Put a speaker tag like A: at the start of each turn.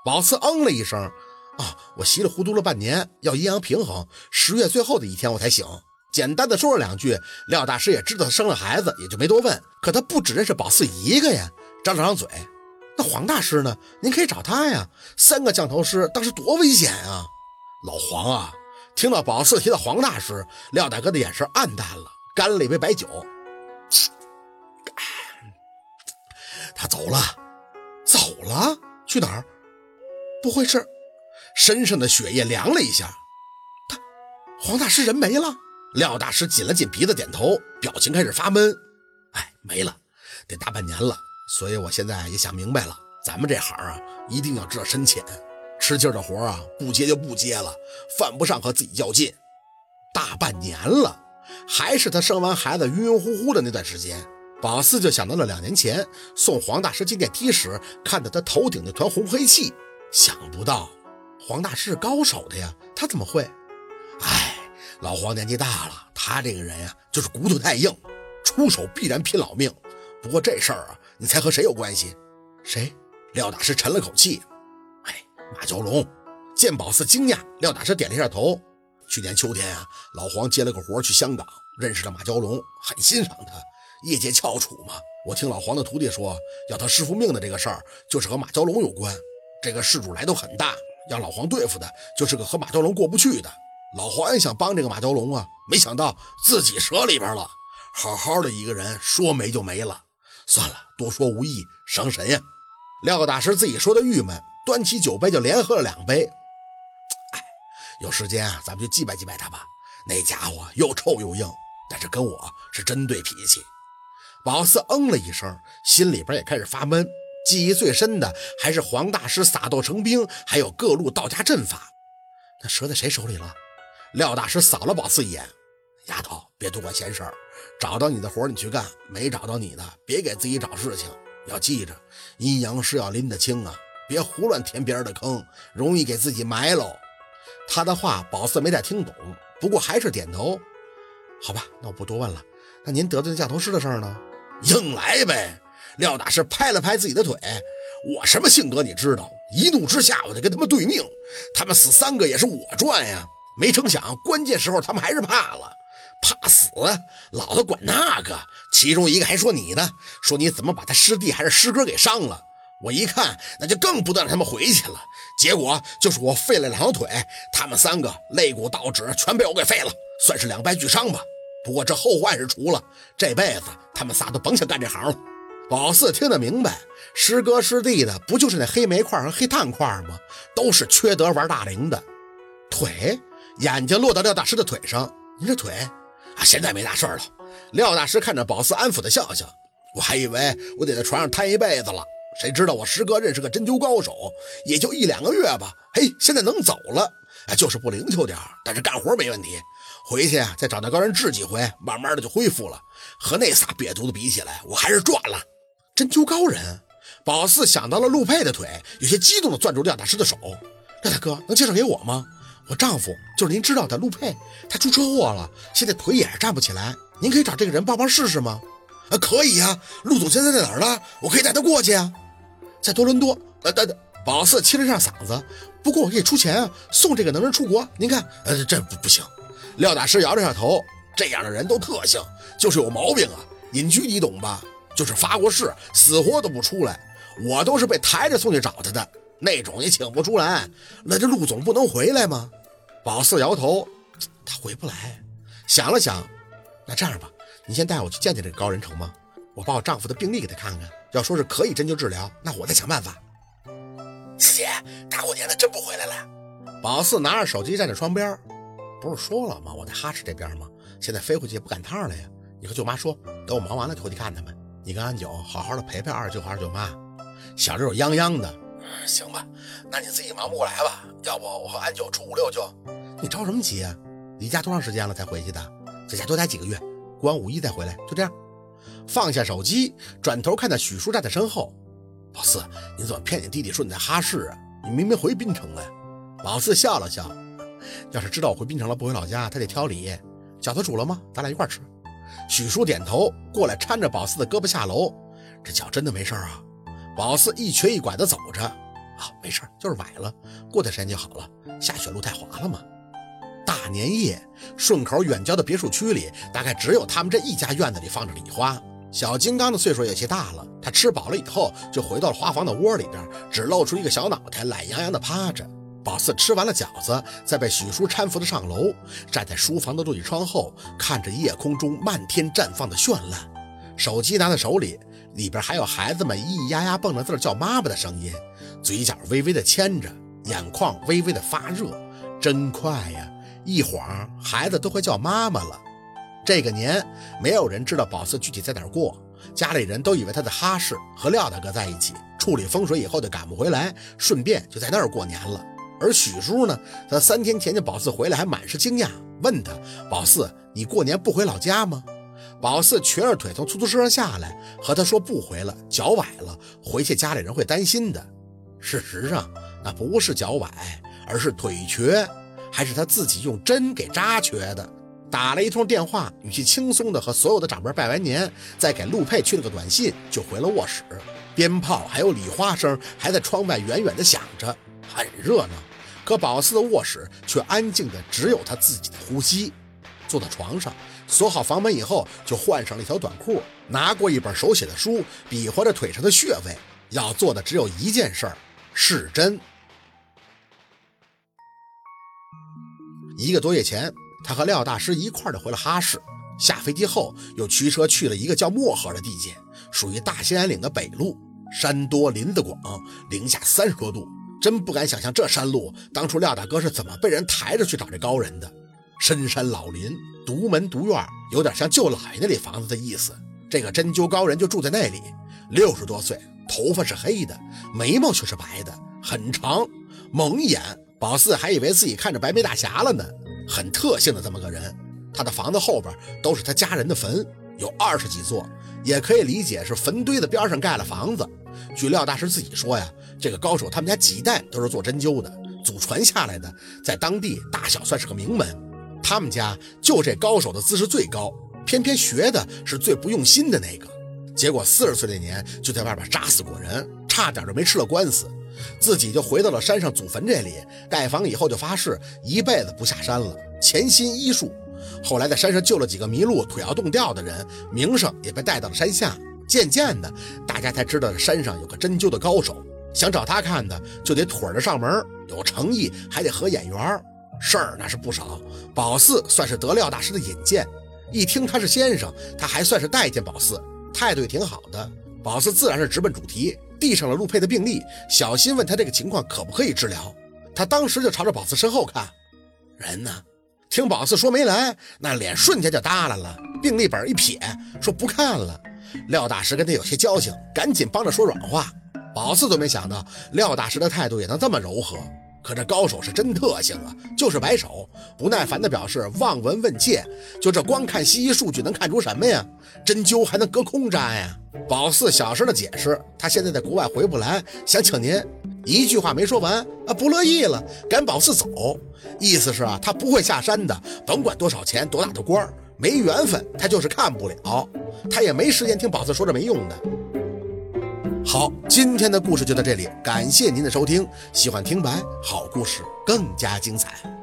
A: 宝四嗯了一声，我稀里糊涂了半年，要阴阳平衡，10月最后的一天我才醒。简单的说了两句，廖大师也知道他生了孩子，也就没多问。可他不只认识宝四一个呀，张了张嘴，那黄大师呢？您可以找他呀，3个降头师当时多危险啊！老黄啊，听到宝四提到黄大师，廖大哥的眼神暗淡了，干了一杯白酒。他走了。走了？去哪儿？不会是……身上的血液凉了一下。黄大师人没了？廖大师紧了紧鼻子，点头，表情开始发闷。没了，得大半年了。所以我现在也想明白了，咱们这行啊，一定要知道深浅，吃劲的活啊，不接就不接了，犯不上和自己较劲。大半年了，还是他生完孩子晕晕乎乎的那段时间。宝四就想到了2年前送黄大师进电梯时看到他头顶那团红黑气，想不到黄大师是高手的呀，他怎么会？老黄年纪大了，他这个人呀，就是骨头太硬，出手必然拼老命。不过这事儿啊，你猜和谁有关系？谁？廖大师沉了口气，马蛟龙。见宝四惊讶，廖大师点了一下头。去年秋天啊，老黄接了个活去香港，认识了马蛟龙，很欣赏他，业界翘楚嘛。我听老黄的徒弟说，要他师父命的这个事儿，就是和马蛟龙有关。这个事主来头很大，让老黄对付的就是个和马蛟龙过不去的。老黄也想帮这个马蛟龙啊，没想到自己折里边了。好好的一个人说没就没了，算了，多说无益，伤神呀。廖大师自己说的郁闷，端起酒杯就连喝了2杯。有时间啊，咱们就祭拜祭拜他吧。那家伙又臭又硬，但是跟我是真对脾气。宝四嗯了一声，心里边也开始发闷。记忆最深的还是黄大师撒豆成兵，还有各路道家阵法。那折在谁手里了？廖大师扫了宝四一眼，丫头别多管闲事儿，找到你的活你去干，没找到你的别给自己找事情。要记着，阴阳师要拎得清啊，别胡乱填别人的坑，容易给自己埋喽。他的话宝四没太听懂，不过还是点头。好吧，那我不多问了。那您得罪那降头师的事儿呢？硬来呗。廖大师拍了拍自己的腿，我什么性格你知道，一怒之下我就跟他们对命，他们死3个也是我赚呀。没成想关键时候他们还是怕了。怕死？老子管那个。其中一个还说你呢，说你怎么把他师弟还是师哥给伤了。我一看那就更不能让他们回去了，结果就是我废了2条腿，他们3个肋骨到指全被我给废了，算是2败俱伤吧。不过这后患是除了，这辈子他们仨都甭想干这行了。宝四听得明白，师哥师弟的不就是那黑煤块和黑炭块吗？都是缺德玩大龄的。腿？眼睛落到廖大师的腿上。您这腿现在没大事了。廖大师看着宝四安抚的笑笑，我还以为我得在船上瘫一辈子了，谁知道我师哥认识个针灸高手，也就1-2个月吧，现在能走了。就是不灵巧点，但是干活没问题。回去再找那高人治几回，慢慢的就恢复了。和那仨瘪犊子比起来，我还是赚了。针灸高人？宝四想到了陆佩的腿，有些激动的攥住廖大师的手。廖大哥，能介绍给我吗？我丈夫就是您知道的陆佩，他出车祸了，现在腿也是站不起来，您可以找这个人帮试试吗？可以啊，陆总现在在哪儿呢？我可以带他过去啊。在多伦多。宝四清了上嗓子，不过我可以出钱送这个能人出国，您看。这不行。廖大师摇了下头，这样的人都特性，就是有毛病啊。隐居你懂吧？就是发过誓，死活都不出来。我都是被抬着送去找他的，那种也请不出来。那这陆总不能回来吗？宝四摇头，他回不来。想了想，那这样吧，你先带我去见见这个高人成吗？我把我丈夫的病历给他看看，要说是可以针灸治疗，那我再想办法。四姐，大过年的真不回来了？宝四拿着手机站在窗边，不是说了吗？我在哈市这边吗？现在飞回去也不赶趟了呀。你和舅妈说，等我忙完了就回去看他们。你跟安九好好的陪陪二舅和二舅妈。小六泱泱的，行吧，那你自己忙不过来吧？要不我和安九出5、6就。你着什么急啊？离家多长时间了才回去的？在家多待几个月，过完5一再回来，就这样。放下手机，转头看到许叔站在身后。宝四，你怎么骗你弟弟说你在哈市啊？你明明回滨城了呀。宝四笑了笑，要是知道我回滨城了不回老家，他得挑理。饺子煮了吗？咱俩一块吃。许叔点头，过来搀着宝四的胳膊下楼。这脚真的没事啊？宝四一瘸一拐地走着。 没事，就是崴了，过段时间就好了，下雪路太滑了嘛。大年夜，顺口远郊的别墅区里，大概只有他们这一家院子里放着礼花。小金刚的岁数有些大了，他吃饱了以后就回到了花房的窝里边，只露出一个小脑袋，懒洋洋的趴着。宝四吃完了饺子，再被许叔搀扶着上楼，站在书房的落地窗后，看着夜空中漫天绽放的绚烂。手机拿在手里，里边还有孩子们咿咿呀呀蹦着字叫妈妈的声音，嘴角微微的牵着，眼眶微微的发热。真快呀，一晃孩子都会叫妈妈了。这个年没有人知道宝四具体在哪儿过，家里人都以为他在哈市和廖大哥在一起，处理风水以后就赶不回来，顺便就在那儿过年了。而许叔呢，他3天前见宝四回来还满是惊讶，问他：宝四，你过年不回老家吗？宝四瘸着腿从出租车上下来，和他说不回了，脚崴了，回去家里人会担心的。事实上那不是脚崴，而是腿瘸，还是他自己用针给扎瘸的。打了一通电话，语气轻松的和所有的长辈拜完年，再给陆佩去了个短信，就回了卧室。鞭炮还有礼花声还在窗外远远的响着，很热闹。可宝四的卧室却安静的只有他自己的呼吸。坐到床上，锁好房门以后，就换上了一条短裤，拿过一本手写的书，比划着腿上的穴位，要做的只有一件事儿，试针。1个多月前，他和廖大师一块儿的回了哈市，下飞机后又驱车去了一个叫漠河的地界，属于大兴安岭的北路，山多林子广，零下30多度，真不敢想象这山路当初廖大哥是怎么被人抬着去找这高人的。深山老林，独门独院，有点像舅姥爷那里房子的意思。这个针灸高人就住在那里，60多岁，头发是黑的，眉毛却是白的，很长，蒙眼。宝四还以为自己看着白眉大侠了呢，很特性的这么个人。他的房子后边都是他家人的坟，有20几座，也可以理解是坟堆的边上盖了房子。据廖大师自己说呀，这个高手他们家几代都是做针灸的，祖传下来的，在当地大小算是个名门。他们家就这高手的姿势最高，偏偏学的是最不用心的那个。结果40岁那年就在外边扎死过人，差点就没吃了官司。自己就回到了山上祖坟这里，盖房以后就发誓一辈子不下山了，潜心医术。后来在山上救了几个迷路腿要冻掉的人，名声也被带到了山下。渐渐的大家才知道山上有个针灸的高手，想找他看的就得腿着上门，有诚意还得合眼缘。事儿那是不少，宝四算是得廖大师的引荐，一听他是先生，他还算是待见宝四，态度也挺好的。宝四自然是直奔主题，递上了陆佩的病历，小心问他这个情况可不可以治疗。他当时就朝着宝四身后看，人呢？听宝四说没来，那脸瞬间就耷拉了，病历本一撇，说不看了。廖大师跟他有些交情，赶紧帮着说软话。宝四都没想到廖大师的态度也能这么柔和。可这高手是真特性啊，就是摆手，不耐烦地表示望闻问切。就这光看西医数据能看出什么呀？针灸还能隔空扎呀？宝四小声的解释，他现在在国外回不来，想请您。一句话没说完不乐意了，赶宝四走。意思是他不会下山的，甭管多少钱多大的官，没缘分他就是看不了。他也没时间听宝四说这没用的。好，今天的故事就到这里，感谢您的收听。喜欢听白，好故事更加精彩。